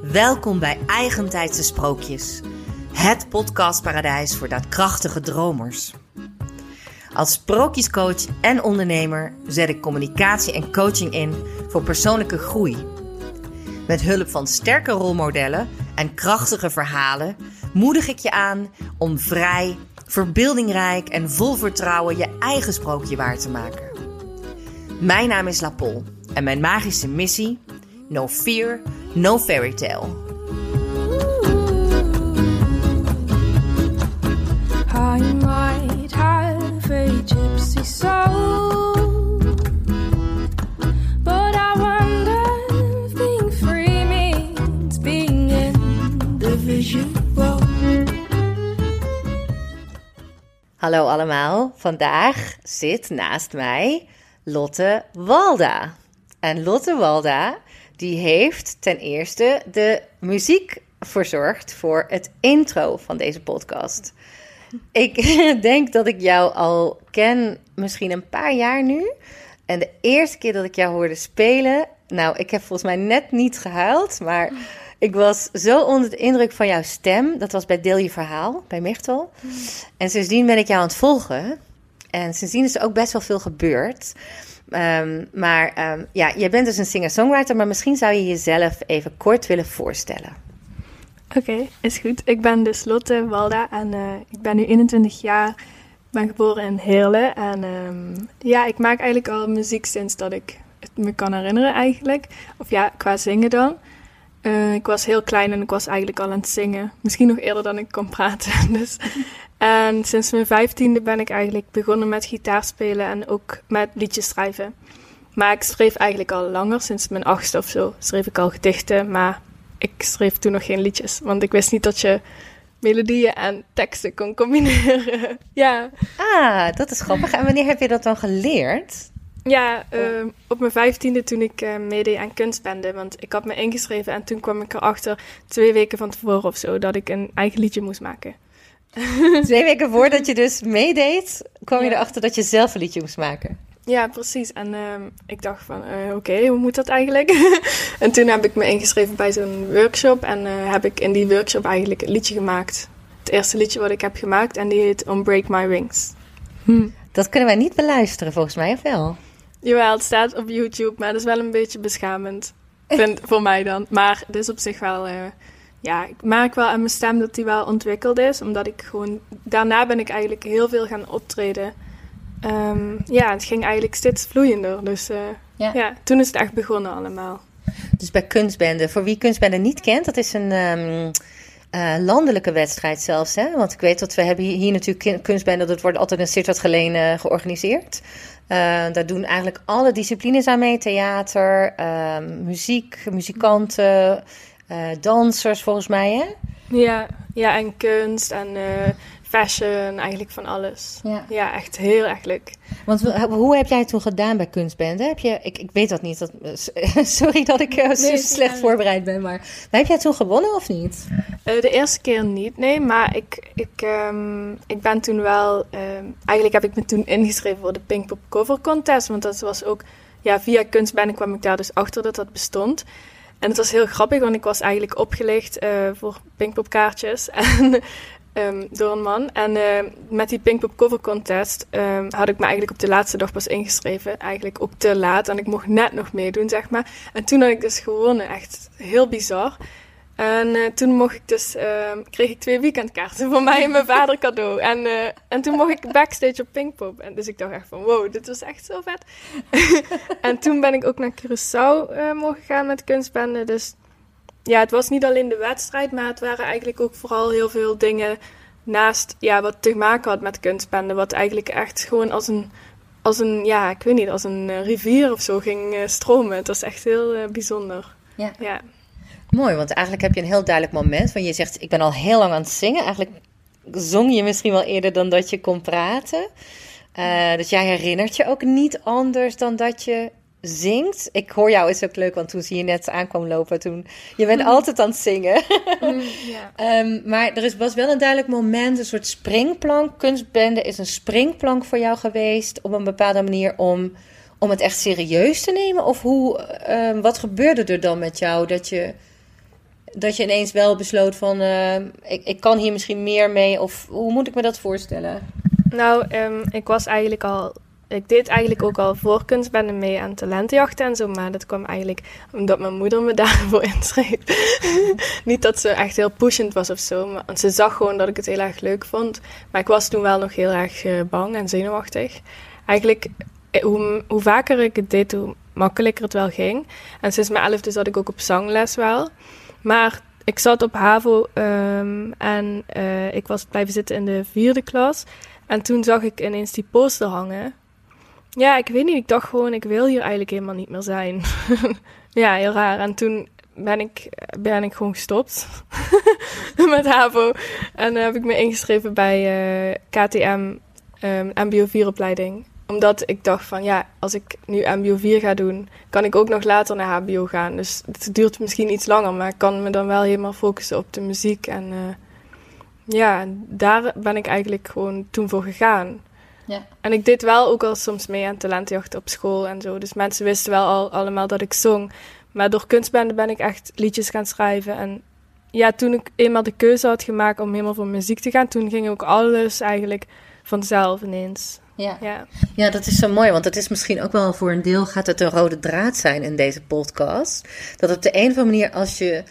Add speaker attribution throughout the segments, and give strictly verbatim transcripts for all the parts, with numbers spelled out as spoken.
Speaker 1: Welkom bij Eigentijdse Sprookjes, het podcastparadijs voor daadkrachtige dromers. Als sprookjescoach en ondernemer zet ik communicatie en coaching in voor persoonlijke groei. Met hulp van sterke rolmodellen en krachtige verhalen moedig ik je aan om vrij, verbeeldingrijk en vol vertrouwen je eigen sprookje waar te maken. Mijn naam is La Pol en mijn magische missie: no fear, no fairy tale.
Speaker 2: I might have a gypsy soul, but I wonder if being free means being individual.
Speaker 1: Hallo allemaal, vandaag zit naast mij Lotte Walda. En Lotte Walda, die heeft ten eerste de muziek verzorgd voor het intro van deze podcast. Ik denk dat ik jou al ken misschien een paar jaar nu. En de eerste keer dat ik jou hoorde spelen, nou, ik heb volgens mij net niet gehuild, maar ik was zo onder de indruk van jouw stem. Dat was bij Deel je Verhaal, bij Mechtel. En sindsdien ben ik jou aan het volgen. En sindsdien is er ook best wel veel gebeurd. Um, maar um, ja, jij bent dus een singer-songwriter, maar misschien zou je jezelf even kort willen voorstellen.
Speaker 2: Oké, okay, is goed. Ik ben dus Lotte Walda en uh, ik ben nu eenentwintig jaar. Ik ben geboren in Heerlen en um, ja, ik maak eigenlijk al muziek sinds dat ik het me kan herinneren eigenlijk. Of ja, qua zingen dan. Uh, ik was heel klein en ik was eigenlijk al aan het zingen. Misschien nog eerder dan ik kon praten. Dus. En sinds mijn vijftiende ben ik eigenlijk begonnen met gitaarspelen en ook met liedjes schrijven. Maar ik schreef eigenlijk al langer, sinds mijn achtste of zo, schreef ik al gedichten. Maar ik schreef toen nog geen liedjes, want ik wist niet dat je melodieën en teksten kon combineren. Ja.
Speaker 1: Ah, dat is grappig. En wanneer heb je dat dan geleerd?
Speaker 2: Ja, uh, op mijn vijftiende toen ik uh, meedeed aan kunstbende. Want ik had me ingeschreven en toen kwam ik erachter twee weken van tevoren of zo dat ik een eigen liedje moest maken.
Speaker 1: Twee weken voordat je dus meedeed, kwam je ja. erachter dat je zelf een liedje moest maken.
Speaker 2: Ja, precies. En uh, ik dacht van, uh, oké, okay, hoe moet dat eigenlijk? En toen heb ik me ingeschreven bij zo'n workshop. En uh, heb ik in die workshop eigenlijk een liedje gemaakt. Het eerste liedje wat ik heb gemaakt. En die heet Unbreak My Wings.
Speaker 1: Hm. Dat kunnen wij niet beluisteren volgens mij, of wel?
Speaker 2: Jawel, het staat op YouTube. Maar dat is wel een beetje beschamend. Vind, voor mij dan. Maar het is op zich wel... Uh, Ja, ik merk wel aan mijn stem dat die wel ontwikkeld is. Omdat ik gewoon... Daarna ben ik eigenlijk heel veel gaan optreden. Um, ja, het ging eigenlijk steeds vloeiender. Dus uh, ja. ja, toen is het echt begonnen allemaal.
Speaker 1: Dus bij kunstbende. Voor wie kunstbende niet kent, dat is een um, uh, landelijke wedstrijd zelfs. Hè? Want ik weet dat we hebben hier, hier natuurlijk kunstbende. Dat wordt altijd in Sittard Geleen uh, georganiseerd. Uh, daar doen eigenlijk alle disciplines aan mee. Theater, uh, muziek, muzikanten... Uh, dansers volgens mij, hè?
Speaker 2: Ja, ja, en kunst en uh, fashion, eigenlijk van alles. Ja. ja, echt heel erg leuk.
Speaker 1: Want hoe heb jij het toen gedaan bij kunstbende? Heb je, ik, ik weet dat niet. Dat, sorry dat ik uh, nee, slecht ja. voorbereid ben, maar, maar heb jij toen gewonnen of niet?
Speaker 2: Uh, de eerste keer niet, nee. Maar ik, ik, um, ik ben toen wel... Um, eigenlijk heb ik me toen ingeschreven voor de Pinkpop Cover Contest. Want dat was ook... Ja, via kunstbende kwam ik daar dus achter dat dat bestond. En het was heel grappig, want ik was eigenlijk opgelicht uh, voor Pinkpop-kaartjes en, um, door een man. En uh, met die Pinkpop Cover Contest um, had ik me eigenlijk op de laatste dag pas ingeschreven. Eigenlijk ook te laat en ik mocht net nog meedoen, zeg maar. En toen had ik dus gewonnen, echt heel bizar. En uh, toen mocht ik dus, uh, kreeg ik twee weekendkaarten voor mij en mijn vader cadeau. En, uh, en toen mocht ik backstage op Pinkpop. En dus ik dacht echt van, wow, dit was echt zo vet. En toen ben ik ook naar Curaçao uh, mogen gaan met kunstbende. Dus ja, het was niet alleen de wedstrijd, maar het waren eigenlijk ook vooral heel veel dingen naast, ja, wat te maken had met kunstbende. Wat eigenlijk echt gewoon als een, als een ja, ik weet niet, als een uh, rivier of zo ging uh, stromen. Het was echt heel uh, bijzonder.
Speaker 1: Ja.
Speaker 2: ja.
Speaker 1: Mooi, want eigenlijk heb je een heel duidelijk moment. Van je zegt, ik ben al heel lang aan het zingen. Eigenlijk zong je misschien wel eerder dan dat je kon praten. Uh, dus jij herinnert je ook niet anders dan dat je zingt. Ik hoor jou, is ook leuk, want toen zie je net aankwam lopen. Toen, je bent mm. altijd aan het zingen. Mm, yeah. um, maar er is, was wel een duidelijk moment, een soort springplank. Kunstbende is een springplank voor jou geweest op een bepaalde manier om, om het echt serieus te nemen? Of hoe, um, wat gebeurde er dan met jou dat je... dat je ineens wel besloot van... Uh, ik, ik kan hier misschien meer mee? Of hoe moet ik me dat voorstellen?
Speaker 2: Nou, um, ik was eigenlijk al... Ik deed eigenlijk ook al voor kunstbende mee aan talentenjachten en zo. Maar dat kwam eigenlijk omdat mijn moeder me daarvoor inschreef. Niet dat ze echt heel pushend was of zo. Maar ze zag gewoon dat ik het heel erg leuk vond. Maar ik was toen wel nog heel erg uh, bang en zenuwachtig. Eigenlijk, hoe, hoe vaker ik het deed, hoe makkelijker het wel ging. En sinds mijn elfde zat ik ook op zangles wel. Maar ik zat op HAVO um, en uh, ik was blijven zitten in de vierde klas. En toen zag ik ineens die poster hangen. Ja, ik weet niet. Ik dacht gewoon, ik wil hier eigenlijk helemaal niet meer zijn. Ja, heel raar. En toen ben ik, ben ik gewoon gestopt met HAVO. En dan heb ik me ingeschreven bij uh, K T M, um, M B O vier opleiding. Omdat ik dacht van, ja, als ik nu M B O vier ga doen, kan ik ook nog later naar H B O gaan. Dus het duurt misschien iets langer, maar ik kan me dan wel helemaal focussen op de muziek. En uh, ja, daar ben ik eigenlijk gewoon toen voor gegaan. Ja. En ik deed wel ook al soms mee aan talentenjachten op school en zo. Dus mensen wisten wel al allemaal dat ik zong. Maar door kunstbende ben ik echt liedjes gaan schrijven. En ja, toen ik eenmaal de keuze had gemaakt om helemaal voor muziek te gaan, toen ging ook alles eigenlijk vanzelf ineens.
Speaker 1: Ja. Ja. ja, dat is zo mooi, want het is misschien ook wel voor een deel gaat het een rode draad zijn in deze podcast. Dat op de een of andere manier als je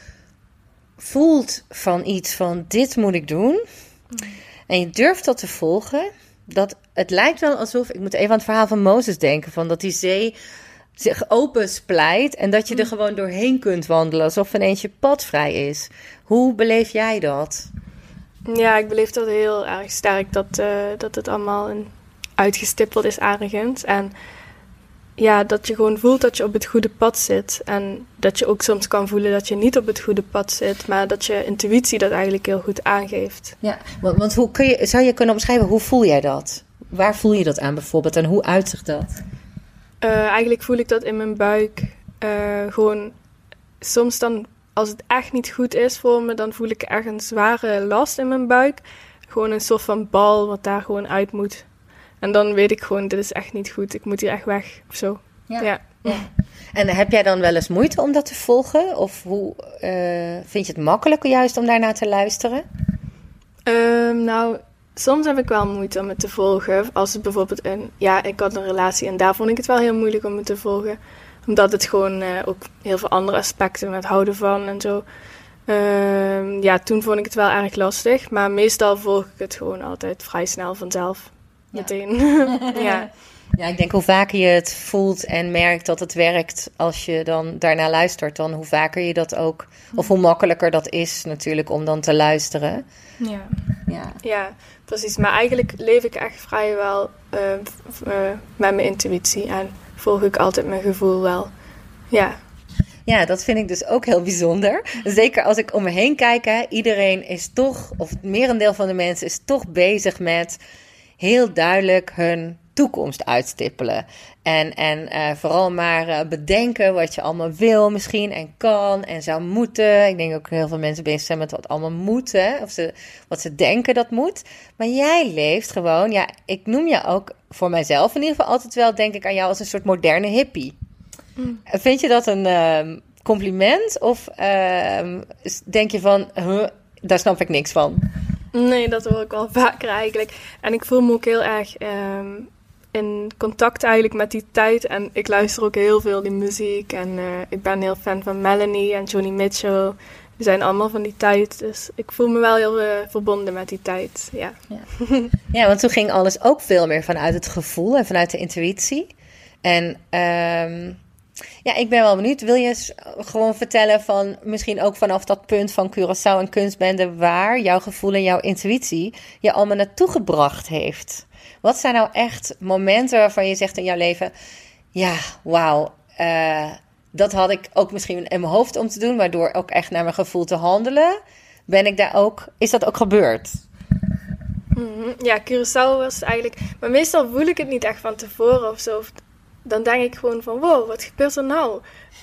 Speaker 1: voelt van iets van dit moet ik doen mm. en je durft dat te volgen, dat het lijkt wel alsof, ik moet even aan het verhaal van Mozes denken, van dat die zee zich open splijt en dat je er gewoon doorheen kunt wandelen, alsof ineens je pad vrij is. Hoe beleef jij dat?
Speaker 2: Ja, ik beleef dat heel erg sterk, dat, uh, dat het allemaal een uitgestippeld is ergens. En ja, dat je gewoon voelt dat je op het goede pad zit. En dat je ook soms kan voelen dat je niet op het goede pad zit, maar dat je intuïtie dat eigenlijk heel goed aangeeft.
Speaker 1: Ja, want, want hoe kun je, zou je kunnen omschrijven, hoe voel jij dat? Waar voel je dat aan bijvoorbeeld en hoe uitzicht dat?
Speaker 2: Uh, eigenlijk voel ik dat in mijn buik. Uh, gewoon soms dan, als het echt niet goed is voor me, dan voel ik echt een zware last in mijn buik. Gewoon een soort van bal wat daar gewoon uit moet. En dan weet ik gewoon, dit is echt niet goed. Ik moet hier echt weg, of zo. Ja. Ja.
Speaker 1: Ja. En heb jij dan wel eens moeite om dat te volgen? Of hoe uh, vind je het makkelijker juist om daarnaar te luisteren?
Speaker 2: Um, nou, soms heb ik wel moeite om het te volgen. Als het bijvoorbeeld een... Ja, ik had een relatie en daar vond ik het wel heel moeilijk om het te volgen. Omdat het gewoon uh, ook heel veel andere aspecten met houden van en zo. Um, ja, toen vond ik het wel erg lastig. Maar meestal volg ik het gewoon altijd vrij snel vanzelf. Meteen. Ja. Ja.
Speaker 1: Ja, ik denk hoe vaker je het voelt en merkt dat het werkt, als je dan daarna luistert, dan hoe vaker je dat ook, of hoe makkelijker dat is natuurlijk om dan te luisteren.
Speaker 2: Ja, ja. Ja, precies. Maar eigenlijk leef ik echt vrijwel uh, f- uh, met mijn intuïtie en volg ik altijd mijn gevoel wel. Ja.
Speaker 1: Ja, dat vind ik dus ook heel bijzonder. Zeker als ik om me heen kijk, hè, iedereen is toch, of het merendeel van de mensen is toch bezig met heel duidelijk hun toekomst uitstippelen. En, en uh, vooral maar uh, bedenken wat je allemaal wil misschien en kan en zou moeten. Ik denk ook heel veel mensen bezig zijn met wat allemaal moet, hè? Of ze, wat ze denken dat moet. Maar jij leeft gewoon, ja, ik noem je ook voor mijzelf in ieder geval altijd wel, denk ik aan jou als een soort moderne hippie. Mm. Vind je dat een uh, compliment? Of uh, denk je van, huh, daar snap ik niks van?
Speaker 2: Nee, dat hoor ik wel vaker eigenlijk. En ik voel me ook heel erg um, in contact eigenlijk met die tijd. En ik luister ook heel veel die muziek. En uh, ik ben heel fan van Melanie en Joni Mitchell. We zijn allemaal van die tijd. Dus ik voel me wel heel uh, verbonden met die tijd. Ja.
Speaker 1: Ja. Ja, want toen ging alles ook veel meer vanuit het gevoel en vanuit de intuïtie. En um, ja, ik ben wel benieuwd. Wil je gewoon vertellen van misschien ook vanaf dat punt van Curaçao en kunstbende waar jouw gevoel en jouw intuïtie je allemaal naartoe gebracht heeft? Wat zijn nou echt momenten waarvan je zegt in jouw leven, ja, wauw, uh, dat had ik ook misschien in mijn hoofd om te doen, maar door ook echt naar mijn gevoel te handelen, ben ik daar ook, is dat ook gebeurd?
Speaker 2: Mm-hmm. Ja, Curaçao was eigenlijk, maar meestal voel ik het niet echt van tevoren of zo. Of dan denk ik gewoon van, wow, wat gebeurt er nou?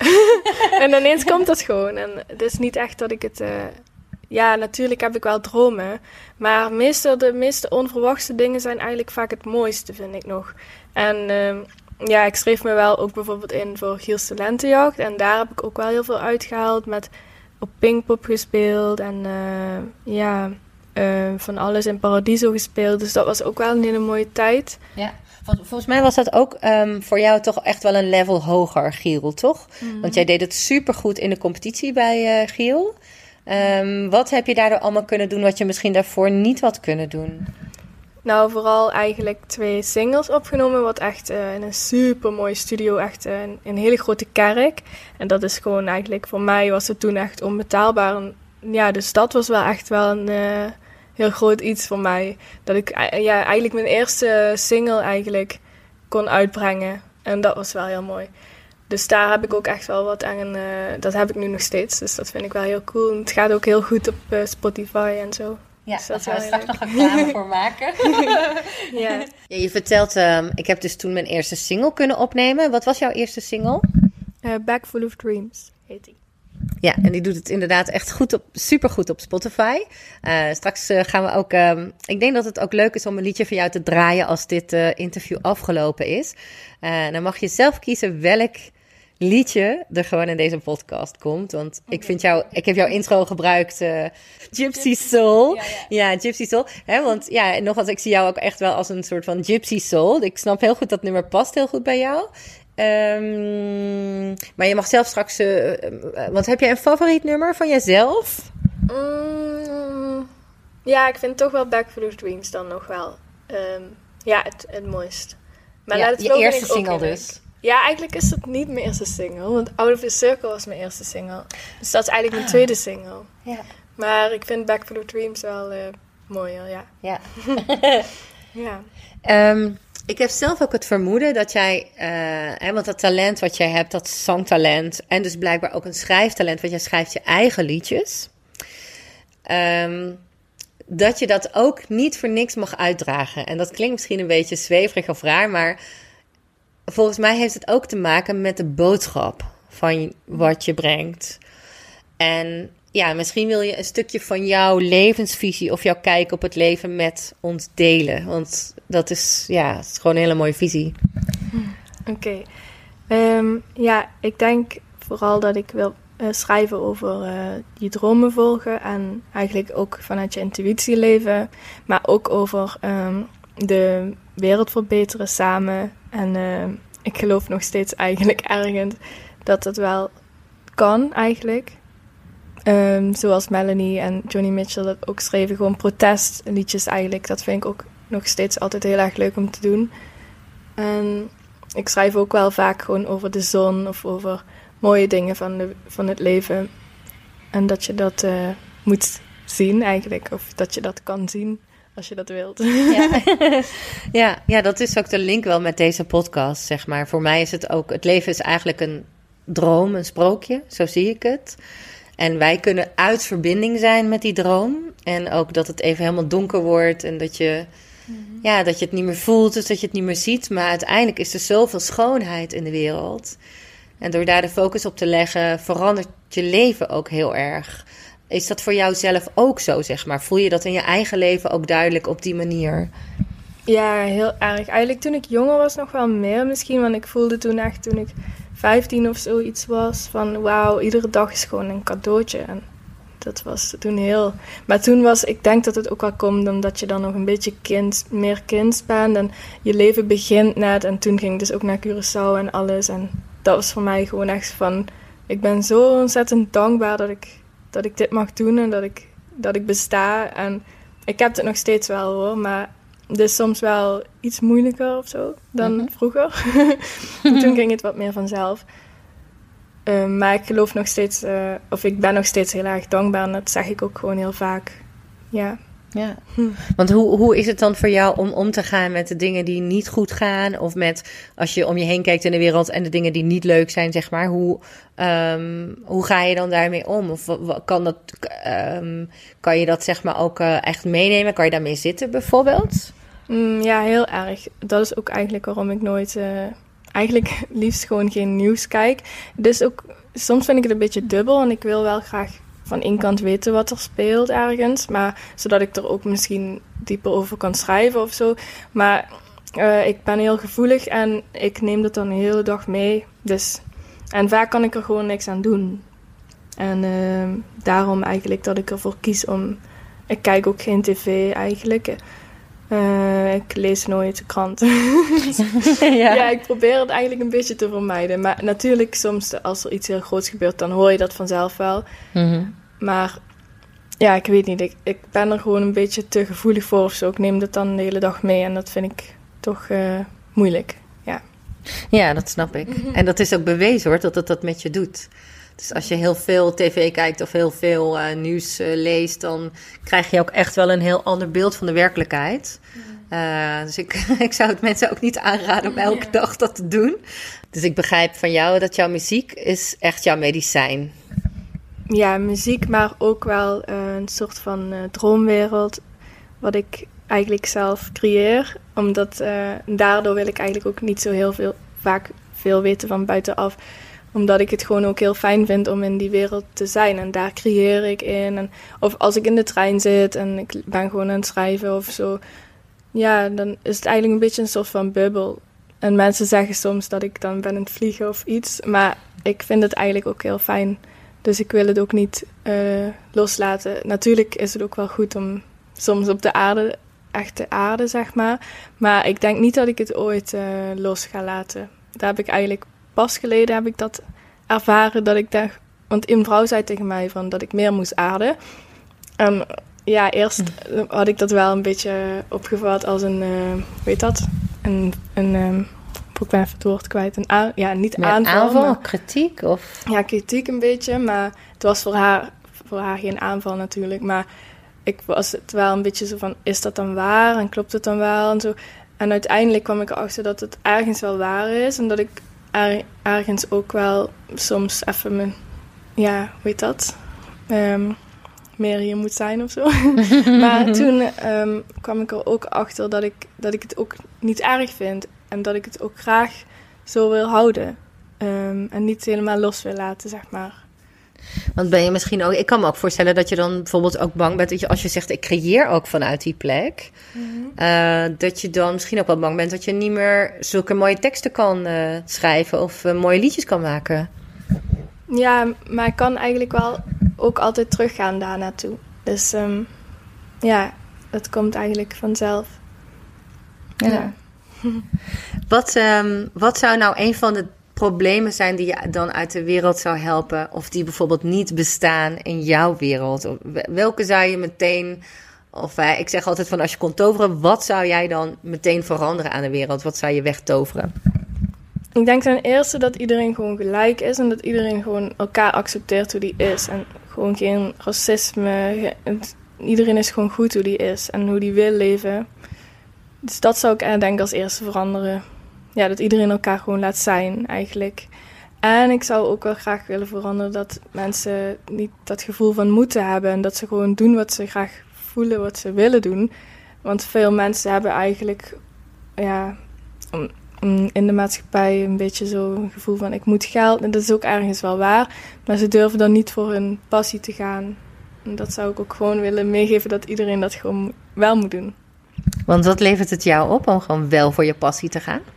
Speaker 2: En ineens komt dat gewoon. En het is niet echt dat ik het... Uh, ja, natuurlijk heb ik wel dromen. Maar meestal de meeste onverwachte dingen zijn eigenlijk vaak het mooiste, vind ik nog. En uh, ja, ik schreef me wel ook bijvoorbeeld in voor Giels Talentenjacht. En daar heb ik ook wel heel veel uitgehaald met op Pinkpop gespeeld en uh, ja, uh, van alles in Paradiso gespeeld. Dus dat was ook wel een hele mooie tijd.
Speaker 1: Ja. Volgens mij was dat ook um, voor jou toch echt wel een level hoger, Giel, toch? Mm-hmm. Want jij deed het supergoed in de competitie bij uh, Giel. Um, wat heb je daardoor allemaal kunnen doen wat je misschien daarvoor niet had kunnen doen?
Speaker 2: Nou, vooral eigenlijk twee singles opgenomen, wat echt uh, in een super mooie studio, echt uh, in een hele grote kerk. En dat is gewoon eigenlijk, voor mij was het toen echt onbetaalbaar. En, ja, dus dat was wel echt wel een uh, heel groot iets voor mij. Dat ik uh, ja, eigenlijk mijn eerste single eigenlijk kon uitbrengen. En dat was wel heel mooi. Dus daar heb ik ook echt wel wat aan, uh, dat heb ik nu nog steeds. Dus dat vind ik wel heel cool. En het gaat ook heel goed op uh, Spotify en zo.
Speaker 1: Ja, dus daar gaan we straks leuk. nog reclame voor maken. ja. Ja, je vertelt, um, ik heb dus toen mijn eerste single kunnen opnemen. Wat was jouw eerste single?
Speaker 2: Uh, Back Full of Dreams heet die.
Speaker 1: Ja, en die doet het inderdaad echt goed op, supergoed op Spotify. Uh, straks uh, gaan we ook... Um, ik denk dat het ook leuk is om een liedje van jou te draaien als dit uh, interview afgelopen is. Uh, dan mag je zelf kiezen welk liedje er gewoon in deze podcast komt. Want okay. ik vind jou, ik heb jouw intro gebruikt, uh, Gypsy Soul. Ja, ja. ja, Gypsy Soul. Hè, want ja, nogmaals, ik zie jou ook echt wel als een soort van Gypsy Soul. Ik snap heel goed dat nummer past heel goed bij jou. Um, maar je mag zelf straks... Uh, uh, want heb jij een favoriet nummer van jezelf?
Speaker 2: Mm, ja, ik vind toch wel Back Full of Dreams dan nog wel um, ja, het, het mooist. Maar
Speaker 1: ja, je eerste single dus.
Speaker 2: Ja, eigenlijk is het niet mijn eerste single. Want Out of the Circle was mijn eerste single. Dus dat is eigenlijk mijn ah. tweede single. Ja. Maar ik vind Back Full of Dreams wel uh, mooier, ja.
Speaker 1: Ja.
Speaker 2: ja.
Speaker 1: Um, ik heb zelf ook het vermoeden dat jij... Uh, hè, want dat talent wat jij hebt, dat zangtalent... en dus blijkbaar ook een schrijftalent... want jij schrijft je eigen liedjes... Um, dat je dat ook niet voor niks mag uitdragen. En dat klinkt misschien een beetje zweverig of raar... maar volgens mij heeft het ook te maken met de boodschap... van wat je brengt. En ja, misschien wil je een stukje van jouw levensvisie... of jouw kijk op het leven met ons delen. Want dat is, ja, het is gewoon een hele mooie visie.
Speaker 2: Oké. Okay. Um, ja, ik denk vooral dat ik wil uh, schrijven over uh, je dromen volgen... en eigenlijk ook vanuit je intuïtie leven... maar ook over um, de wereld verbeteren samen. En uh, ik geloof nog steeds eigenlijk ergens dat het wel kan eigenlijk... Um, zoals Melanie en Joni Mitchell dat ook schreven. Gewoon protestliedjes eigenlijk. Dat vind ik ook nog steeds altijd heel erg leuk om te doen. En ik schrijf ook wel vaak gewoon over de zon. Of over mooie dingen van, de, van het leven. En dat je dat uh, moet zien eigenlijk. Of dat je dat kan zien als je dat wilt.
Speaker 1: Ja. ja, ja, dat is ook de link wel met deze podcast, zeg maar. Voor mij is het ook... Het leven is eigenlijk een droom, een sprookje. Zo zie ik het. En wij kunnen uit verbinding zijn met die droom. En ook dat het even helemaal donker wordt. En dat je, mm-hmm. ja, dat je het niet meer voelt. Dus dat je het niet meer ziet. Maar uiteindelijk is er zoveel schoonheid in de wereld. En door daar de focus op te leggen... verandert je leven ook heel erg. Is dat voor jou zelf ook zo, zeg maar? Voel je dat in je eigen leven ook duidelijk op die manier?
Speaker 2: Ja, heel erg. Eigenlijk toen ik jonger was nog wel meer misschien. Want ik voelde toen echt toen ik... vijftien of zoiets was, van wauw, iedere dag is gewoon een cadeautje. En dat was toen heel... Maar toen was, ik denk dat het ook wel komt omdat je dan nog een beetje kind, meer kind bent en je leven begint net. En toen ging ik dus ook naar Curaçao en alles. En dat was voor mij gewoon echt van, ik ben zo ontzettend dankbaar dat ik, dat ik dit mag doen en dat ik, dat ik besta. En ik heb het nog steeds wel hoor, maar... Het is soms wel iets moeilijker of zo dan mm-hmm. vroeger. Toen ging het wat meer vanzelf. Uh, maar ik geloof nog steeds, uh, of ik ben nog steeds heel erg dankbaar. En dat zeg ik ook gewoon heel vaak. Ja.
Speaker 1: Ja. Hm. Want hoe, hoe is het dan voor jou om om te gaan met de dingen die niet goed gaan? Of met, als je om je heen kijkt in de wereld en de dingen die niet leuk zijn, zeg maar. Hoe, um, hoe ga je dan daarmee om? Of kan, dat, um, kan je dat zeg maar ook uh, echt meenemen? Kan je daarmee zitten bijvoorbeeld?
Speaker 2: Mm, ja, heel erg. Dat is ook eigenlijk waarom ik nooit... Uh, eigenlijk liefst gewoon geen nieuws kijk. Dus ook, soms vind ik het een beetje dubbel. En ik wil wel graag van één kant weten wat er speelt ergens. Maar zodat ik er ook misschien dieper over kan schrijven of zo. Maar uh, ik ben heel gevoelig en ik neem dat dan de hele dag mee. Dus, en vaak kan ik er gewoon niks aan doen. En uh, daarom eigenlijk dat ik ervoor kies om... Ik kijk ook geen tv eigenlijk. Uh, ik lees nooit de krant. ja. ja, ik probeer het eigenlijk een beetje te vermijden. Maar natuurlijk, soms als er iets heel groots gebeurt, dan hoor je dat vanzelf wel. Mm-hmm. Maar ja, ik weet niet. Ik, ik ben er gewoon een beetje te gevoelig voor of zo. Ik neem dat dan de hele dag mee en dat vind ik toch uh, moeilijk. Ja.
Speaker 1: ja, dat snap ik. Mm-hmm. En dat is ook bewezen hoor, dat het dat met je doet. Dus als je heel veel tv kijkt of heel veel uh, nieuws uh, leest, dan krijg je ook echt wel een heel ander beeld van de werkelijkheid. Uh, dus ik, ik zou het mensen ook niet aanraden om elke ja. dag dat te doen. Dus ik begrijp van jou dat jouw muziek is echt jouw medicijn.
Speaker 2: Ja, muziek, maar ook wel uh, een soort van uh, droomwereld wat ik eigenlijk zelf creëer. Omdat uh, daardoor wil ik eigenlijk ook niet zo heel veel, vaak veel weten van buitenaf. Omdat ik het gewoon ook heel fijn vind om in die wereld te zijn. En daar creëer ik in. En, of als ik in de trein zit en ik ben gewoon aan het schrijven of zo. Ja, dan is het eigenlijk een beetje een soort van bubbel. En mensen zeggen soms dat ik dan ben aan het vliegen of iets. Maar ik vind het eigenlijk ook heel fijn. Dus ik wil het ook niet uh, loslaten. Natuurlijk is het ook wel goed om soms op de aarde, echte aarde zeg maar. Maar ik denk niet dat ik het ooit uh, los ga laten. Daar heb ik eigenlijk... Pas geleden heb ik dat ervaren dat ik dacht... Want een vrouw zei tegen mij van dat ik meer moest aarden. En ja, eerst had ik dat wel een beetje opgevat als een... Uh, weet dat? Een... een um, ik ben even het woord kwijt. Een aan, ja, niet
Speaker 1: Met
Speaker 2: aanval.
Speaker 1: aanval?
Speaker 2: Maar,
Speaker 1: kritiek? Of?
Speaker 2: Ja, kritiek een beetje. Maar het was voor haar, voor haar geen aanval natuurlijk. Maar ik was het wel een beetje zo van... Is dat dan waar? En klopt het dan wel? En zo. En uiteindelijk kwam ik erachter dat het ergens wel waar is. En dat ik... Er, ergens ook wel soms even mijn, ja, hoe heet dat? Um, meer hier moet zijn of zo. Maar toen um, kwam ik er ook achter dat ik, dat ik het ook niet erg vind. En dat ik het ook graag zo wil houden. Um, en niet helemaal los wil laten, zeg maar.
Speaker 1: Want ben je misschien ook... Ik kan me ook voorstellen dat je dan bijvoorbeeld ook bang bent... Dat je, als je zegt, ik creëer ook vanuit die plek... Mm-hmm. Uh, dat je dan misschien ook wel bang bent... dat je niet meer zulke mooie teksten kan uh, schrijven... of uh, mooie liedjes kan maken.
Speaker 2: Ja, maar ik kan eigenlijk wel ook altijd teruggaan daar naartoe. Dus um, ja, het komt eigenlijk vanzelf.
Speaker 1: Ja. ja. wat, um, wat zou nou een van de... problemen zijn die je dan uit de wereld zou helpen... of die bijvoorbeeld niet bestaan in jouw wereld? Welke zou je meteen... of uh, ik zeg altijd van als je kon toveren... wat zou jij dan meteen veranderen aan de wereld? Wat zou je wegtoveren?
Speaker 2: Ik denk ten eerste dat iedereen gewoon gelijk is... en dat iedereen gewoon elkaar accepteert hoe die is. En gewoon geen racisme. Iedereen is gewoon goed hoe die is en hoe die wil leven. Dus dat zou ik uh, denk als eerste veranderen... Ja, dat iedereen elkaar gewoon laat zijn, eigenlijk. En ik zou ook wel graag willen veranderen dat mensen niet dat gevoel van moeten hebben. En dat ze gewoon doen wat ze graag voelen, wat ze willen doen. Want veel mensen hebben eigenlijk, ja, in de maatschappij een beetje zo'n gevoel van ik moet geld. En dat is ook ergens wel waar. Maar ze durven dan niet voor hun passie te gaan. En dat zou ik ook gewoon willen meegeven dat iedereen dat gewoon wel moet doen.
Speaker 1: Want wat levert het jou op om gewoon wel voor je passie te gaan?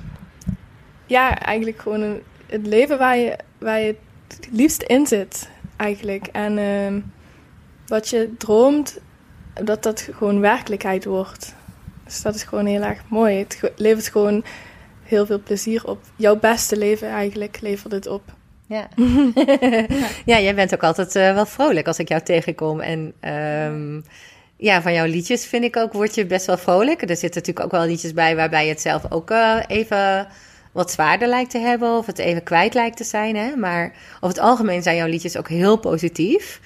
Speaker 2: Ja, eigenlijk gewoon een, het leven waar je, waar je het liefst in zit, eigenlijk. En uh, wat je droomt, dat dat gewoon werkelijkheid wordt. Dus dat is gewoon heel erg mooi. Het ge- levert gewoon heel veel plezier op. Jouw beste leven eigenlijk levert het op.
Speaker 1: Ja, ja jij bent ook altijd uh, wel vrolijk als ik jou tegenkom. En um, ja, van jouw liedjes vind ik ook, word je best wel vrolijk. Er zitten natuurlijk ook wel liedjes bij waarbij je het zelf ook uh, even... wat zwaarder lijkt te hebben of het even kwijt lijkt te zijn. Hè? Maar over het algemeen zijn jouw liedjes ook heel positief.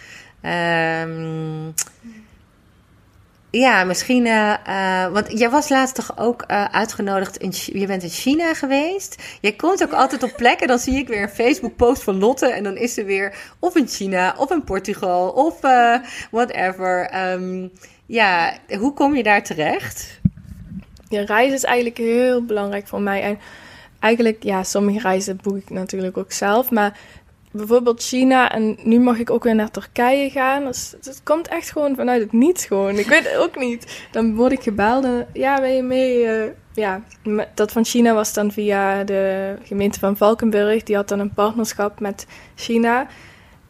Speaker 1: Um, ja, misschien... Uh, uh, want jij was laatst toch ook uh, uitgenodigd... In, je bent in China geweest. Jij komt ook ja. altijd op plekken. Dan zie ik weer een Facebook-post van Lotte... en dan is ze weer of in China of in Portugal... of uh, whatever. Um, ja, hoe kom je daar terecht?
Speaker 2: Ja, reizen is eigenlijk heel belangrijk voor mij. En eigenlijk, ja, sommige reizen boek ik natuurlijk ook zelf. Maar bijvoorbeeld China en nu mag ik ook weer naar Turkije gaan. Dus, het komt echt gewoon vanuit het niets gewoon. Ik weet het ook niet. Dan word ik gebeld en ja, ben je mee? Uh, ja, dat van China was dan via de gemeente van Valkenburg. Die had dan een partnerschap met China.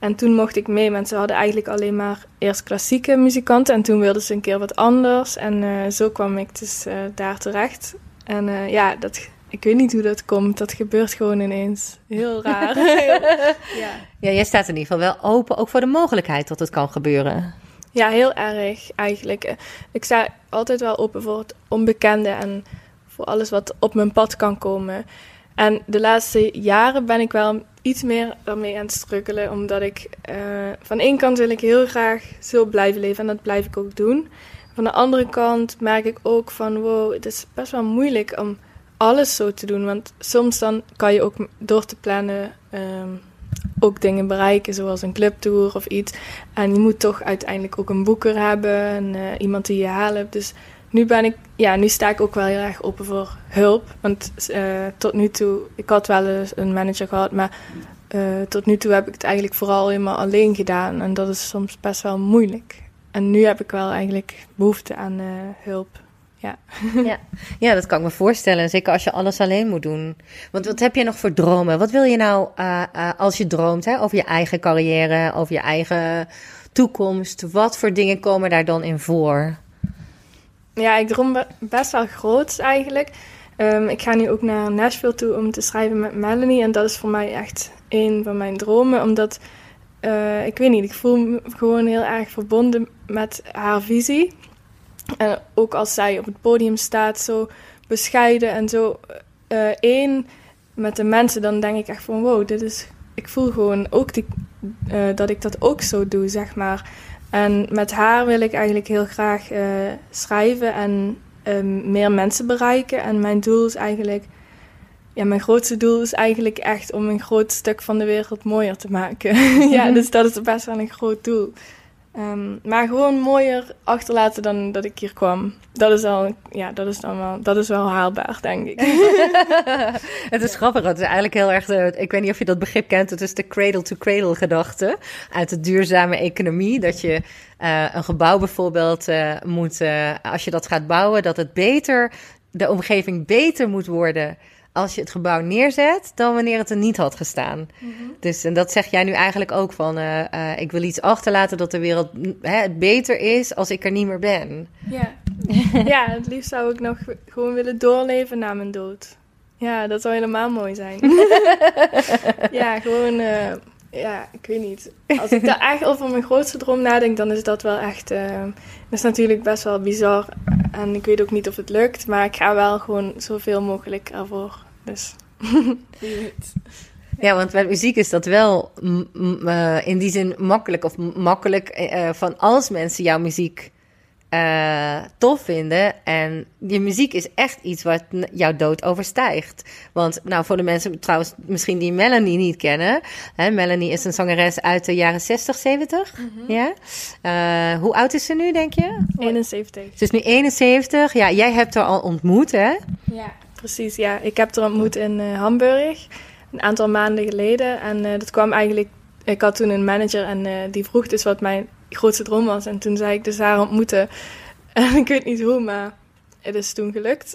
Speaker 2: En toen mocht ik mee, want ze hadden eigenlijk alleen maar eerst klassieke muzikanten. En toen wilden ze een keer wat anders. En uh, zo kwam ik dus uh, daar terecht. En uh, ja, dat, ik weet niet hoe dat komt. Dat gebeurt gewoon ineens. Heel raar. Heel,
Speaker 1: ja. ja, jij staat in ieder geval wel open, ook voor de mogelijkheid dat het kan gebeuren.
Speaker 2: Ja, heel erg eigenlijk. Ik sta altijd wel open voor het onbekende en voor alles wat op mijn pad kan komen. En de laatste jaren ben ik wel iets meer daarmee aan het struggelen, omdat ik uh, van één kant wil ik heel graag zo blijven leven en dat blijf ik ook doen. Van de andere kant merk ik ook van wow, het is best wel moeilijk om alles zo te doen, want soms dan kan je ook door te plannen um, ook dingen bereiken, zoals een clubtour of iets. En je moet toch uiteindelijk ook een boeker hebben en uh, iemand die je helpt. Dus nu ben ik, ja, nu sta ik ook wel heel erg open voor hulp. Want uh, tot nu toe, ik had wel eens een manager gehad, maar uh, tot nu toe heb ik het eigenlijk vooral helemaal alleen gedaan. En dat is soms best wel moeilijk. En nu heb ik wel eigenlijk behoefte aan uh, hulp. Ja.
Speaker 1: Ja. ja, dat kan ik me voorstellen. Zeker als je alles alleen moet doen. Want wat heb je nog voor dromen? Wat wil je nou uh, uh, als je droomt hè, over je eigen carrière, over je eigen toekomst? Wat voor dingen komen daar dan in voor?
Speaker 2: Ja, ik droom best wel groot eigenlijk. Um, ik ga nu ook naar Nashville toe om te schrijven met Melanie. En dat is voor mij echt een van mijn dromen. Omdat, uh, ik weet niet, ik voel me gewoon heel erg verbonden met haar visie. En ook als zij op het podium staat, zo bescheiden en zo uh, één met de mensen, dan denk ik echt van wow, dit is, ik voel gewoon ook die, uh, dat ik dat ook zo doe, zeg maar. En met haar wil ik eigenlijk heel graag uh, schrijven en um, meer mensen bereiken. En mijn doel is eigenlijk, ja, mijn grootste doel is eigenlijk echt om een groot stuk van de wereld mooier te maken. Ja, dus dat is best wel een groot doel. Um, maar gewoon mooier achterlaten dan dat ik hier kwam. Dat is al, ja, dat is dan wel, dat is wel haalbaar, denk ik.
Speaker 1: Het is grappig. Het is eigenlijk heel erg, de, ik weet niet of je dat begrip kent. Het is de cradle-to-cradle gedachte uit de duurzame economie. Dat je uh, een gebouw bijvoorbeeld uh, moet, uh, als je dat gaat bouwen, dat het beter, de omgeving beter moet worden als je het gebouw neerzet, dan wanneer het er niet had gestaan. Mm-hmm. Dus en dat zeg jij nu eigenlijk ook van, uh, uh, ik wil iets achterlaten dat de wereld hè, het beter is als ik er niet meer ben.
Speaker 2: Ja. Ja, het liefst zou ik nog gewoon willen doorleven na mijn dood. Ja, dat zou helemaal mooi zijn. Ja, gewoon, uh, ja, ik weet niet. Als ik daar echt over mijn grootste droom nadenk, dan is dat wel echt, uh, dat is natuurlijk best wel bizar. En ik weet ook niet of het lukt, maar ik ga wel gewoon zoveel mogelijk ervoor. Dus, wie weet.
Speaker 1: Ja, want met muziek is dat wel m- m- uh, in die zin makkelijk. Of m- makkelijk uh, van als mensen jouw muziek uh, tof vinden. En je muziek is echt iets wat n- jouw dood overstijgt. Want nou, voor de mensen trouwens misschien die Melanie niet kennen. Hè, Melanie is een zangeres uit de jaren zestig, zeventig. Mm-hmm. Ja? Uh, hoe oud is ze nu, denk je?
Speaker 2: eenenzeventig.
Speaker 1: Ze is nu eenenzeventig. Ja, jij hebt haar al ontmoet, hè?
Speaker 2: Ja, precies. Ja. Ik heb haar ontmoet in uh, Hamburg. Een aantal maanden geleden. En uh, dat kwam eigenlijk... Ik had toen een manager en uh, die vroeg dus wat mijn grootste droom was. En toen zei ik dus haar ontmoeten. En ik weet niet hoe, maar het is toen gelukt.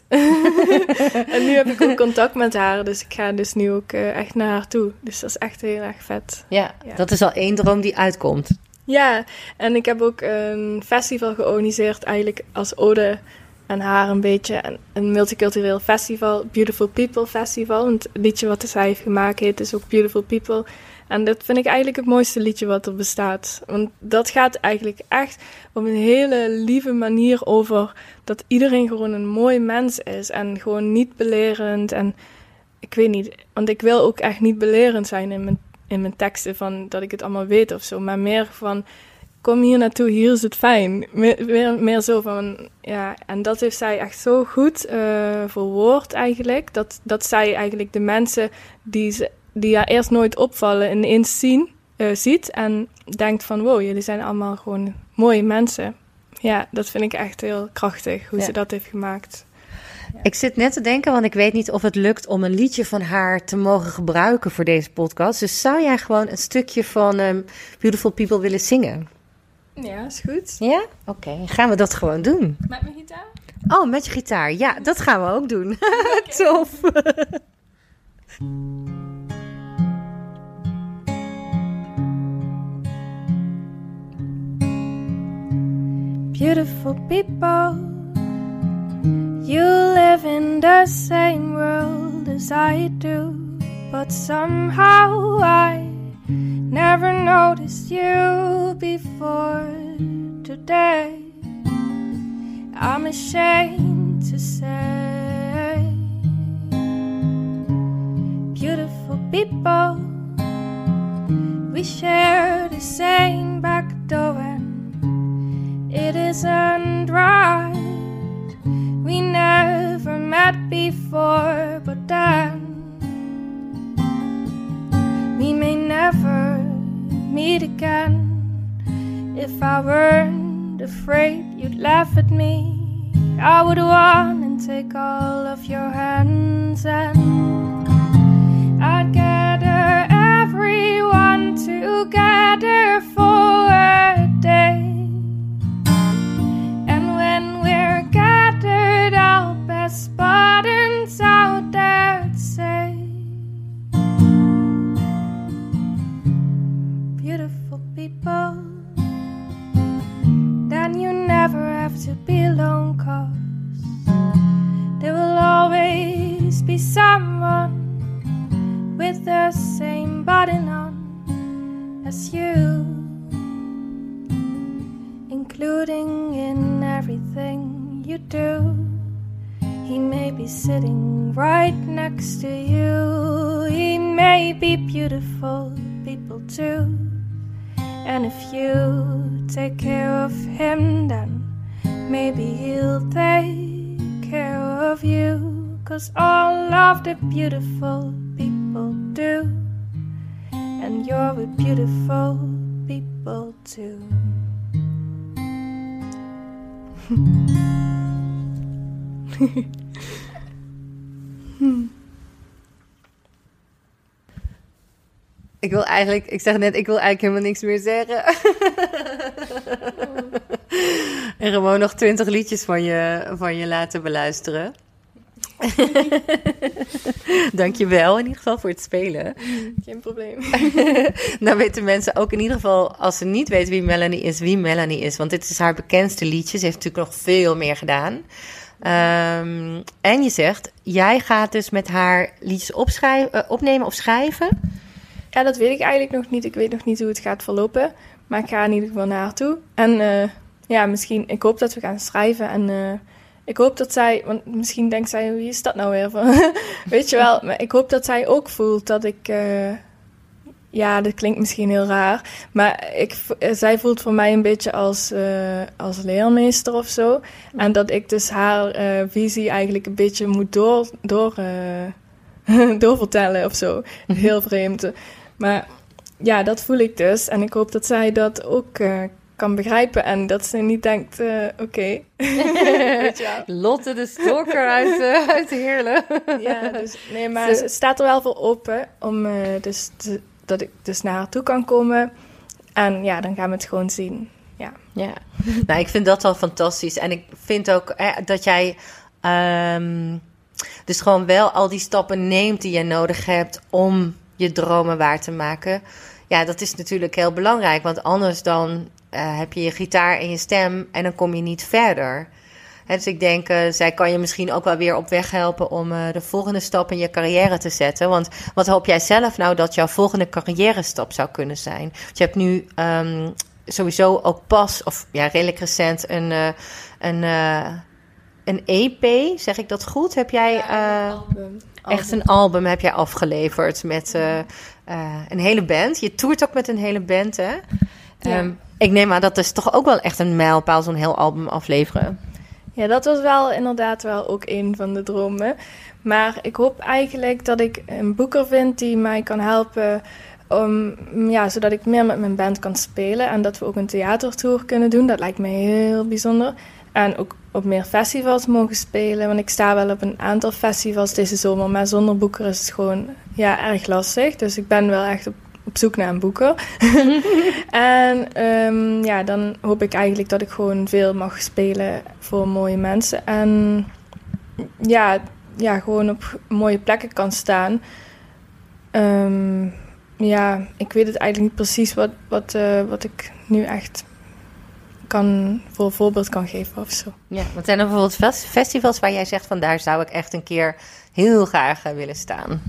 Speaker 2: En nu heb ik ook contact met haar. Dus ik ga dus nu ook uh, echt naar haar toe. Dus dat is echt heel erg vet.
Speaker 1: Ja, ja, dat is al één droom die uitkomt.
Speaker 2: Ja, en ik heb ook een festival georganiseerd eigenlijk als ode aan haar een beetje. Een multicultureel festival, Beautiful People Festival. En het liedje wat zij heeft gemaakt heet dus ook Beautiful People. En dat vind ik eigenlijk het mooiste liedje wat er bestaat. Want dat gaat eigenlijk echt op een hele lieve manier over dat iedereen gewoon een mooi mens is. En gewoon niet belerend. En ik weet niet, want ik wil ook echt niet belerend zijn in mijn, in mijn teksten van dat ik het allemaal weet of zo. Maar meer van, kom hier naartoe, hier is het fijn. Meer, meer, meer zo van, ja. En dat heeft zij echt zo goed uh, verwoord eigenlijk. Dat, dat zij eigenlijk de mensen die ze... die haar eerst nooit opvallen, ineens zien, uh, ziet en denkt van wow, jullie zijn allemaal gewoon mooie mensen. Ja, dat vind ik echt heel krachtig, hoe ja. ze dat heeft gemaakt.
Speaker 1: Ja. Ik zit net te denken, want ik weet niet of het lukt om een liedje van haar te mogen gebruiken voor deze podcast. Dus zou jij gewoon een stukje van um, Beautiful People willen zingen?
Speaker 2: Ja, is goed.
Speaker 1: Ja? Oké, okay. Gaan we dat gewoon doen.
Speaker 2: Met mijn gitaar?
Speaker 1: Oh, met je gitaar. Ja, dat gaan we ook doen. Okay. Tof.
Speaker 2: Beautiful people, you live in the same world as I do, but somehow I never noticed you before today. I'm ashamed to say, beautiful people, we share the same back door and it isn't right. We never met before, but then we may never meet again. If I weren't afraid you'd laugh at me, I would run and take all of your hands and I'd gather everyone together for a day. And when we're gathered, I'll press buttons out there and say, beautiful people, then you never have to be alone, 'cause there will always be someone with the same button on as you, including in everything you do. He may be sitting right next to you. He may be beautiful people too. And if you take care of him, then maybe he'll take care of you. 'Cause all of the beautiful people do. And you're a beautiful people too.
Speaker 1: Ik wil eigenlijk, ik zeg net, ik wil eigenlijk helemaal niks meer zeggen. En gewoon nog twintig liedjes van je, van je laten beluisteren. Dank je wel in ieder geval voor het spelen.
Speaker 2: Geen probleem.
Speaker 1: Nou weten mensen ook in ieder geval, als ze niet weten wie Melanie is, wie Melanie is. Want dit is haar bekendste liedje. Ze heeft natuurlijk nog veel meer gedaan. Um, en je zegt, jij gaat dus met haar liedjes opschrijven, uh, opnemen of schrijven?
Speaker 2: Ja, dat weet ik eigenlijk nog niet. Ik weet nog niet hoe het gaat verlopen. Maar ik ga in ieder geval naar haar toe. En uh, ja, misschien, ik hoop dat we gaan schrijven. En uh, ik hoop dat zij, want misschien denkt zij, wie is dat nou weer van? Weet je wel, maar ik hoop dat zij ook voelt dat ik, uh, ja, dat klinkt misschien heel raar. Maar ik, zij voelt voor mij een beetje als, uh, als leermeester of zo. En dat ik dus haar uh, visie eigenlijk een beetje moet door, door, uh, doorvertellen of zo. Heel vreemd. Maar ja, dat voel ik dus. En ik hoop dat zij dat ook uh, kan begrijpen. En dat ze niet denkt, uh, oké. Okay.
Speaker 1: Lotte de stalker uit, uh, uit Heerlen.
Speaker 2: Ja, dus, nee, maar ze staat er wel voor open. Om, uh, dus te, dat ik dus naar haar toe kan komen. En ja, dan gaan we het gewoon zien. Ja,
Speaker 1: ja. Nou, ik vind dat wel fantastisch. En ik vind ook eh, dat jij um, dus gewoon wel al die stappen neemt die je nodig hebt om je dromen waar te maken. Ja, dat is natuurlijk heel belangrijk. Want anders dan uh, heb je je gitaar en je stem en dan kom je niet verder. He, dus ik denk, uh, zij kan je misschien ook wel weer op weg helpen om uh, de volgende stap in je carrière te zetten. Want wat hoop jij zelf nou dat jouw volgende carrière stap zou kunnen zijn? Want je hebt nu um, sowieso ook pas, of ja, redelijk recent, een, uh, een, uh, een E P, zeg ik dat goed? Heb jij uh, een album. echt een album heb jij afgeleverd met uh, uh, een hele band? Je toert ook met een hele band, hè? Ja. Um, ik neem aan dat is toch ook wel echt een mijlpaal, zo'n heel album afleveren.
Speaker 2: Ja, dat was wel inderdaad wel ook een van de dromen. Maar ik hoop eigenlijk dat ik een boeker vind die mij kan helpen, om, ja, zodat ik meer met mijn band kan spelen. En dat we ook een theatertour kunnen doen. Dat lijkt me heel bijzonder. En ook op meer festivals mogen spelen. Want ik sta wel op een aantal festivals deze zomer. Maar zonder boeker is het gewoon ja, erg lastig. Dus ik ben wel echt op, op zoek naar een boeker. En um, ja, dan hoop ik eigenlijk dat ik gewoon veel mag spelen voor mooie mensen. En ja, ja gewoon op mooie plekken kan staan. Um, ja, ik weet het eigenlijk niet precies wat, wat, uh, wat ik nu echt kan, voor een voorbeeld kan geven of zo.
Speaker 1: Ja, want zijn er bijvoorbeeld festivals waar jij zegt van daar zou ik echt een keer heel graag willen staan?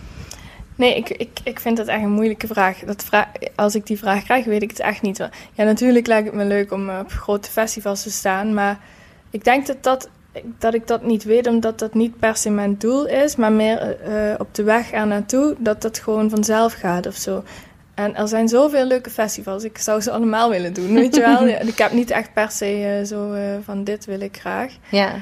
Speaker 2: Nee, ik, ik, ik vind dat echt een moeilijke vraag. Dat vraag. Als ik die vraag krijg, weet ik het echt niet. Ja, natuurlijk lijkt het me leuk om op grote festivals te staan, maar ik denk dat, dat, dat ik dat niet weet, omdat dat niet per se mijn doel is, maar meer uh, op de weg er naartoe, dat dat gewoon vanzelf gaat of zo. En er zijn zoveel leuke festivals. Ik zou ze allemaal willen doen, weet je wel. Ik heb niet echt per se uh, zo uh, van dit wil ik graag.
Speaker 1: Ja.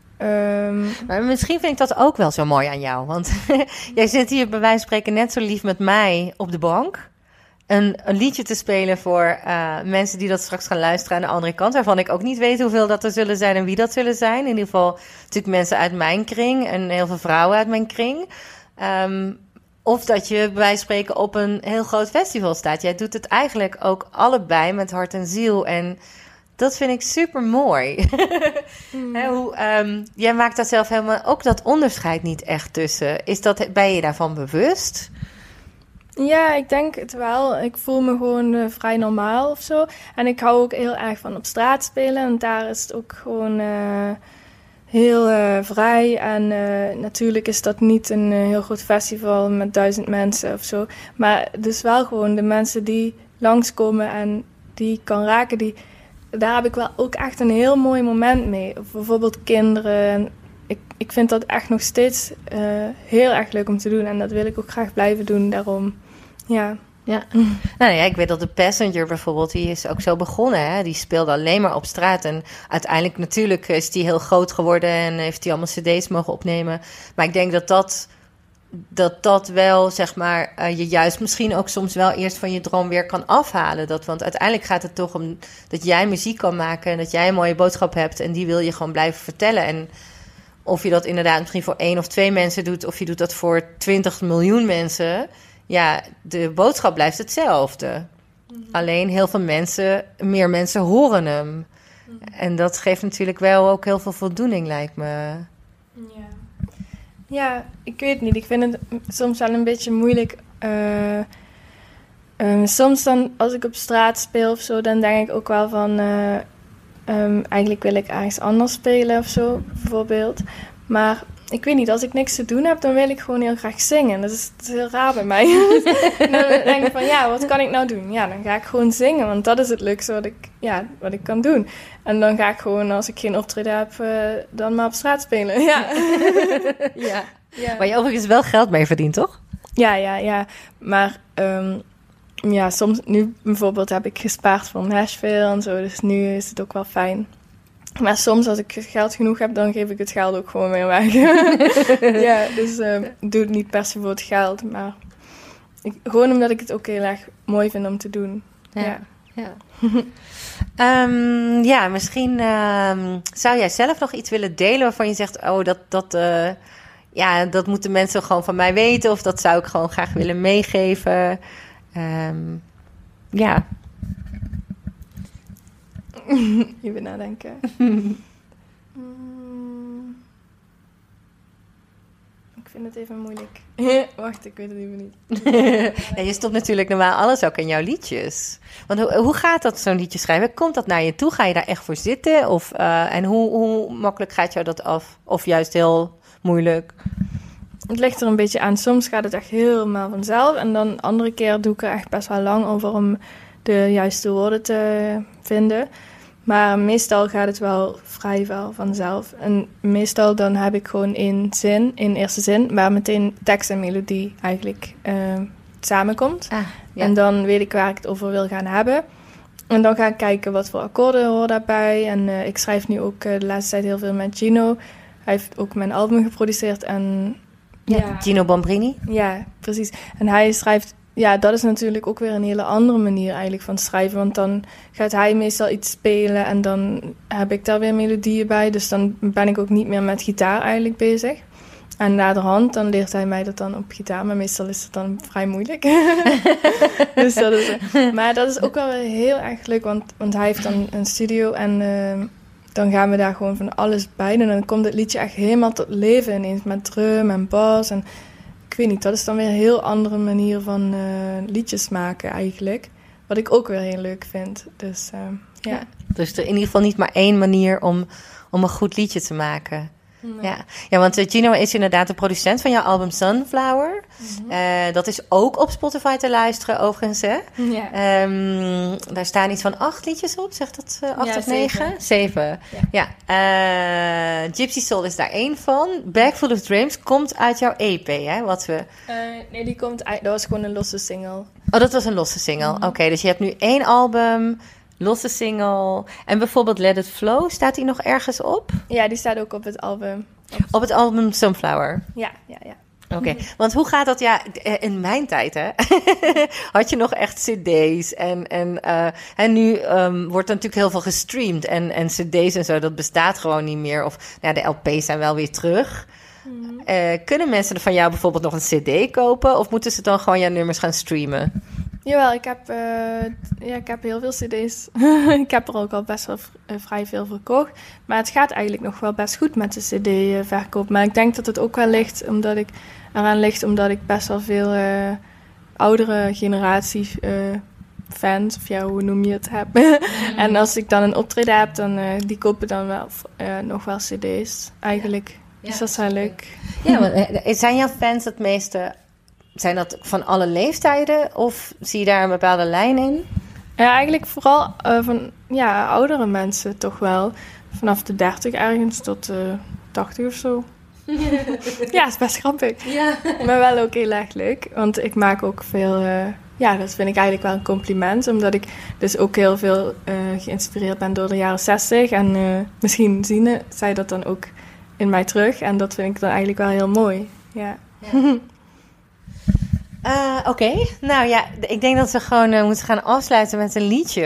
Speaker 2: Um,
Speaker 1: maar misschien vind ik dat ook wel zo mooi aan jou. Want jij zit hier bij wijze van spreken net zo lief met mij op de bank. Een, een liedje te spelen voor uh, mensen die dat straks gaan luisteren aan de andere kant. Waarvan ik ook niet weet hoeveel dat er zullen zijn en wie dat zullen zijn. In ieder geval natuurlijk mensen uit mijn kring en heel veel vrouwen uit mijn kring. Um, Of dat je bij wijze van spreken op een heel groot festival staat. Jij doet het eigenlijk ook allebei met hart en ziel. En dat vind ik super mooi. Mm. He, hoe, um, jij maakt daar zelf helemaal ook dat onderscheid niet echt tussen. Is dat, ben je daarvan bewust?
Speaker 2: Ja, ik denk het wel. Ik voel me gewoon uh, vrij normaal of zo. En ik hou ook heel erg van op straat spelen. En daar is het ook gewoon Uh, heel uh, vrij en uh, natuurlijk is dat niet een uh, heel groot festival met duizend mensen of zo. Maar dus wel gewoon de mensen die langskomen en die ik kan raken, die, daar heb ik wel ook echt een heel mooi moment mee. Of bijvoorbeeld kinderen. Ik, ik vind dat echt nog steeds uh, heel erg leuk om te doen en dat wil ik ook graag blijven doen. Daarom, ja...
Speaker 1: Ja. Nou ja, ik weet dat de Passenger bijvoorbeeld, die is ook zo begonnen. Hè? Die speelde alleen maar op straat. En uiteindelijk natuurlijk is die heel groot geworden en heeft hij allemaal cd's mogen opnemen. Maar ik denk dat dat, dat, dat wel, zeg maar, uh, je juist misschien ook soms wel eerst van je droom weer kan afhalen. Dat, want uiteindelijk gaat het toch om dat jij muziek kan maken en dat jij een mooie boodschap hebt en die wil je gewoon blijven vertellen. En of je dat inderdaad misschien voor één of twee mensen doet, of je doet dat voor twintig miljoen mensen. Ja, de boodschap blijft hetzelfde. Mm-hmm. Alleen heel veel mensen, meer mensen horen hem. Mm-hmm. En dat geeft natuurlijk wel ook heel veel voldoening, lijkt me.
Speaker 2: Ja, ja ik weet niet. Ik vind het soms wel een beetje moeilijk. Uh, um, soms dan, als ik op straat speel of zo, dan denk ik ook wel van Uh, um, eigenlijk wil ik ergens anders spelen of zo, bijvoorbeeld. Maar ik weet niet, als ik niks te doen heb, dan wil ik gewoon heel graag zingen. Dat is, dat is heel raar bij mij. En dan denk ik van, ja, wat kan ik nou doen? Ja, dan ga ik gewoon zingen, want dat is het leukste wat ik, ja, wat ik kan doen. En dan ga ik gewoon, als ik geen optreden heb, uh, dan maar op straat spelen. Ja.
Speaker 1: Ja. Ja. Waar je overigens wel geld mee verdient, toch?
Speaker 2: Ja, ja, ja. Maar um, ja, soms, nu bijvoorbeeld heb ik gespaard voor Nashville en zo, dus nu is het ook wel fijn. Maar soms als ik geld genoeg heb, dan geef ik het geld ook gewoon weer weg. Ja, dus uh, ik doe het niet per se voor het geld, maar ik, gewoon omdat ik het ook heel erg mooi vind om te doen. Ja,
Speaker 1: ja. Ja. um, ja misschien um, zou jij zelf nog iets willen delen waarvan je zegt, oh, dat, dat, uh, ja, dat moeten mensen gewoon van mij weten, of dat zou ik gewoon graag willen meegeven. Um, ja.
Speaker 2: Even nadenken. mm. Ik vind het even moeilijk. Wacht, ik weet het even niet.
Speaker 1: Ja, je stopt natuurlijk normaal alles ook in jouw liedjes. Want hoe, hoe gaat dat, zo'n liedje schrijven? Komt dat naar je toe? Ga je daar echt voor zitten? Of, uh, en hoe, hoe makkelijk gaat jou dat af? Of juist heel moeilijk?
Speaker 2: Het ligt er een beetje aan. Soms gaat het echt helemaal vanzelf. En dan andere keer doe ik er echt best wel lang over om de juiste woorden te vinden. Maar meestal gaat het wel vrij wel vanzelf. En meestal dan heb ik gewoon één zin, één eerste zin, waar meteen tekst en melodie eigenlijk uh, samenkomt. Ah, ja. En dan weet ik waar ik het over wil gaan hebben. En dan ga ik kijken wat voor akkoorden horen daarbij. En uh, ik schrijf nu ook uh, de laatste tijd heel veel met Gino. Hij heeft ook mijn album geproduceerd. En,
Speaker 1: ja, ja, Gino Bombrini.
Speaker 2: Ja, precies. En hij schrijft... Ja, dat is natuurlijk ook weer een hele andere manier eigenlijk van schrijven. Want dan gaat hij meestal iets spelen en dan heb ik daar weer melodieën bij. Dus dan ben ik ook niet meer met gitaar eigenlijk bezig. En naderhand, dan leert hij mij dat dan op gitaar. Maar meestal is het dan vrij moeilijk. Dus dat is, maar dat is ook wel heel erg leuk, want, want hij heeft dan een studio en uh, dan gaan we daar gewoon van alles bij doen. En dan komt het liedje echt helemaal tot leven ineens met drum en bas en... Ik weet niet, dat is dan weer een heel andere manier van uh, liedjes maken eigenlijk. wat ik ook weer heel leuk vind. Dus uh, ja.
Speaker 1: ja. Dus er in ieder geval niet maar één manier om, om een goed liedje te maken. Nee. Ja. ja, want uh, Gino is inderdaad de producent van jouw album Sunflower. Mm-hmm. Uh, dat is ook op Spotify te luisteren overigens, hè? Ja. Um, daar staan iets van acht liedjes op, zegt dat uh, acht ja, of negen? Zeven. Ja. ja. Uh, Gypsy Soul is daar één van. Bag Full of Dreams komt uit jouw E P, hè? Wat we...
Speaker 2: Uh, nee, die komt uit... Dat was gewoon een losse single.
Speaker 1: Oh, dat was een losse single. Mm-hmm. Oké, okay, dus je hebt nu één album... Losse single. En bijvoorbeeld Let It Flow, staat die nog ergens op?
Speaker 2: Ja, die staat ook op het album.
Speaker 1: Op, op het album Sunflower?
Speaker 2: Ja, ja, ja.
Speaker 1: Oké, okay. mm-hmm. Want hoe gaat dat? Ja, in mijn tijd, hè, had je nog echt cd's. En, en, uh, en nu um, wordt er natuurlijk heel veel gestreamd. En, en cd's en zo, dat bestaat gewoon niet meer. Of nou, de L P's zijn wel weer terug. Mm-hmm. Uh, kunnen mensen van jou bijvoorbeeld nog een cd kopen? Of moeten ze dan gewoon jouw nummers gaan streamen?
Speaker 2: Jawel, ik heb, uh, ja, ik heb heel veel cd's. Ik heb er ook al best wel v- uh, vrij veel verkocht. Maar het gaat eigenlijk nog wel best goed met de cd-verkoop. Maar ik denk dat het ook wel ligt omdat ik, eraan ligt omdat ik best wel veel uh, oudere generatie uh, fans, of ja, hoe noem je het, heb. Mm. En als ik dan een optreden heb, dan uh, die kopen dan wel uh, nog wel cd's eigenlijk. Ja. Dus ja, dat is wel leuk.
Speaker 1: Ja, maar zijn jouw fans het meeste... Zijn dat van alle leeftijden of zie je daar een bepaalde lijn in?
Speaker 2: Ja, eigenlijk vooral uh, van ja, oudere mensen toch wel. Vanaf de dertig ergens tot uh, tachtig of zo. Ja, is best grappig. Ja. Maar wel ook heel erg leuk. Want ik maak ook veel... Uh, ja, dat vind ik eigenlijk wel een compliment. Omdat ik dus ook heel veel uh, geïnspireerd ben door de jaren zestig. En uh, misschien zien zij dat dan ook in mij terug. En dat vind ik dan eigenlijk wel heel mooi. Ja. Ja.
Speaker 1: Uh, Oké, okay. Nou ja, ik denk dat we gewoon uh, moeten gaan afsluiten met een liedje.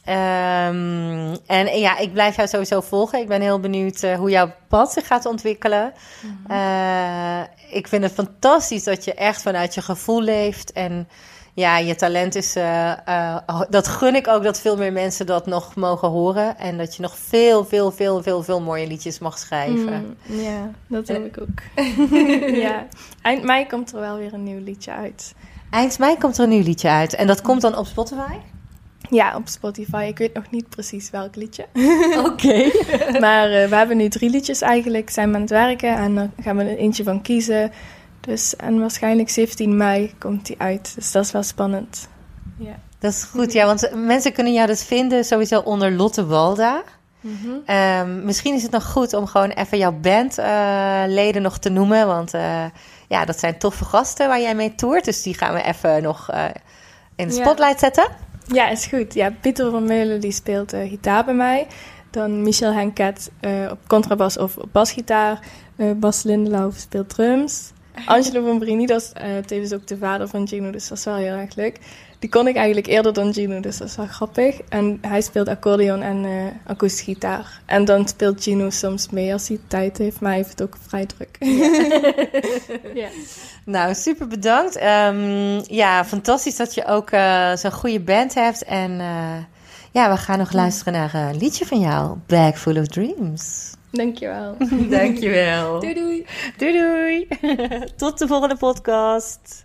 Speaker 1: Um, en ja, ik blijf jou sowieso volgen. Ik ben heel benieuwd uh, hoe jouw pad zich gaat ontwikkelen. Mm-hmm. Uh, ik vind het fantastisch dat je echt vanuit je gevoel leeft. En ja, je talent is... Uh, uh, dat gun ik ook dat veel meer mensen dat nog mogen horen. En dat je nog veel, veel, veel, veel, veel mooie liedjes mag schrijven.
Speaker 2: Mm, ja, dat heb ik ook. Ja. Eind mei komt er wel weer een nieuw liedje uit.
Speaker 1: Eind mei komt er een nieuw liedje uit. En dat komt dan op Spotify?
Speaker 2: Ja, op Spotify. Ik weet nog niet precies welk liedje.
Speaker 1: Oké. Okay.
Speaker 2: Maar uh, we hebben nu drie liedjes eigenlijk. Zijn we aan het werken. En daar gaan we er eentje van kiezen. Dus, en waarschijnlijk zeventien mei komt die uit. Dus dat is wel spannend.
Speaker 1: Ja. Dat is goed, ja. Want mensen kunnen jou dus vinden sowieso onder Lotte Walda. Mm-hmm. Um, misschien is het nog goed om gewoon even jouw bandleden uh, nog te noemen. Want uh, ja, dat zijn toffe gasten waar jij mee toert. Dus die gaan we even nog uh, in de spotlight ja. zetten.
Speaker 2: Ja, is goed. Ja, Pieter van Meulen die speelt uh, gitaar bij mij. Dan Michel Henket uh, op contrabas of op basgitaar. Uh, Bas Lindelau speelt drums. Angelo van Brini, dat is uh, tevens ook de vader van Gino, dus dat is wel heel erg leuk. Die kon ik eigenlijk eerder dan Gino, dus dat is wel grappig. En hij speelt accordeon en uh, akoestische gitaar. En dan speelt Gino soms mee als hij tijd heeft, maar hij heeft het ook vrij druk. Ja. Ja.
Speaker 1: Nou, super bedankt. Um, ja, fantastisch dat je ook uh, zo'n goede band hebt. En uh, ja, we gaan nog luisteren naar een liedje van jou, Bag Full of Dreams.
Speaker 2: Dankjewel.
Speaker 1: Dankjewel.
Speaker 2: Doei doei.
Speaker 1: Doei doei. Tot de volgende podcast.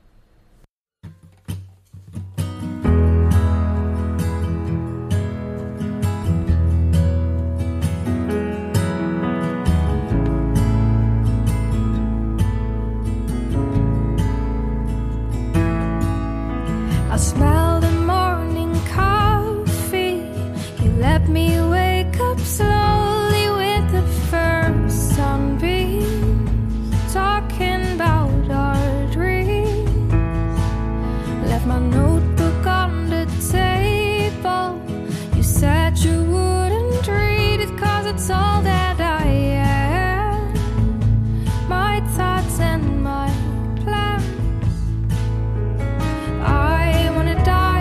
Speaker 3: I smell the morning coffee. You let me wake up slowly with the first sunbeam, talking about our dreams. Left my notebook on the table. You said you wouldn't read it 'cause it's all that I am. My thoughts and my plans. I wanna die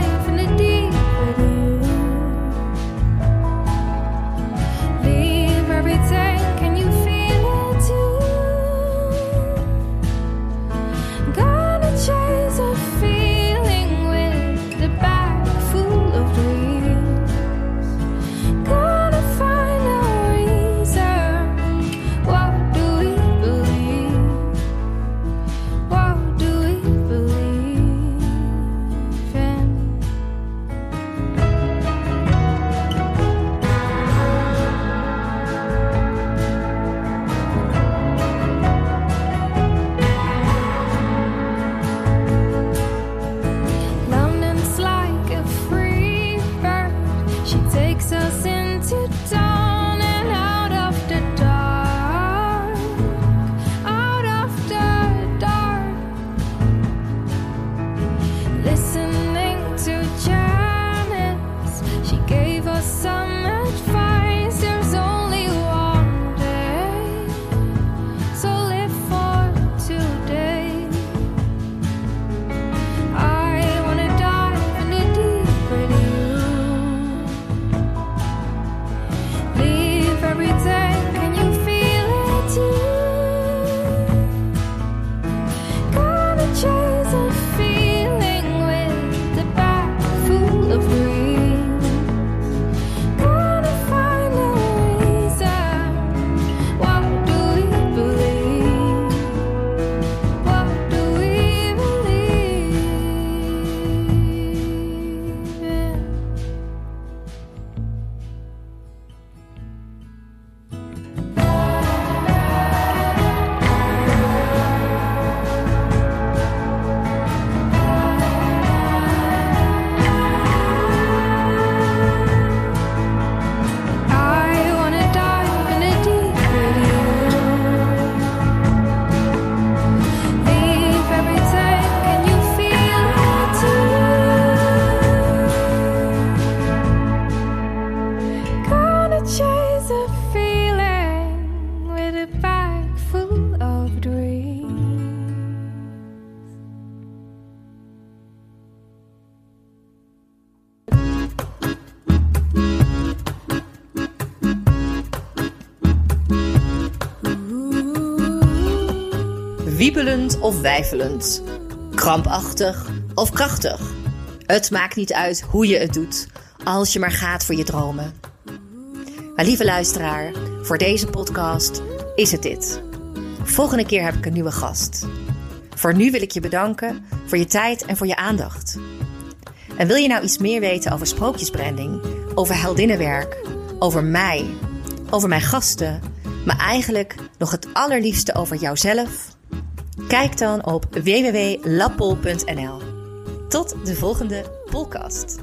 Speaker 1: Wiebelend of weifelend. Krampachtig of krachtig. Het maakt niet uit hoe je het doet, als je maar gaat voor je dromen. Maar lieve luisteraar, voor deze podcast is het dit. Volgende keer heb ik een nieuwe gast. Voor nu wil ik je bedanken voor je tijd en voor je aandacht. En wil je nou iets meer weten over sprookjesbranding, over heldinnenwerk, over mij, over mijn gasten, maar eigenlijk nog het allerliefste over jouzelf? Kijk dan op w w w punt lappol punt n l. Tot de volgende podcast.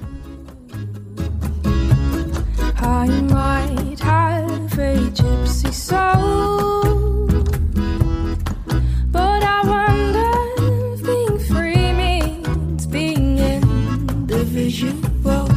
Speaker 3: I might have a gypsy soul, but I wonder if being free means being individual.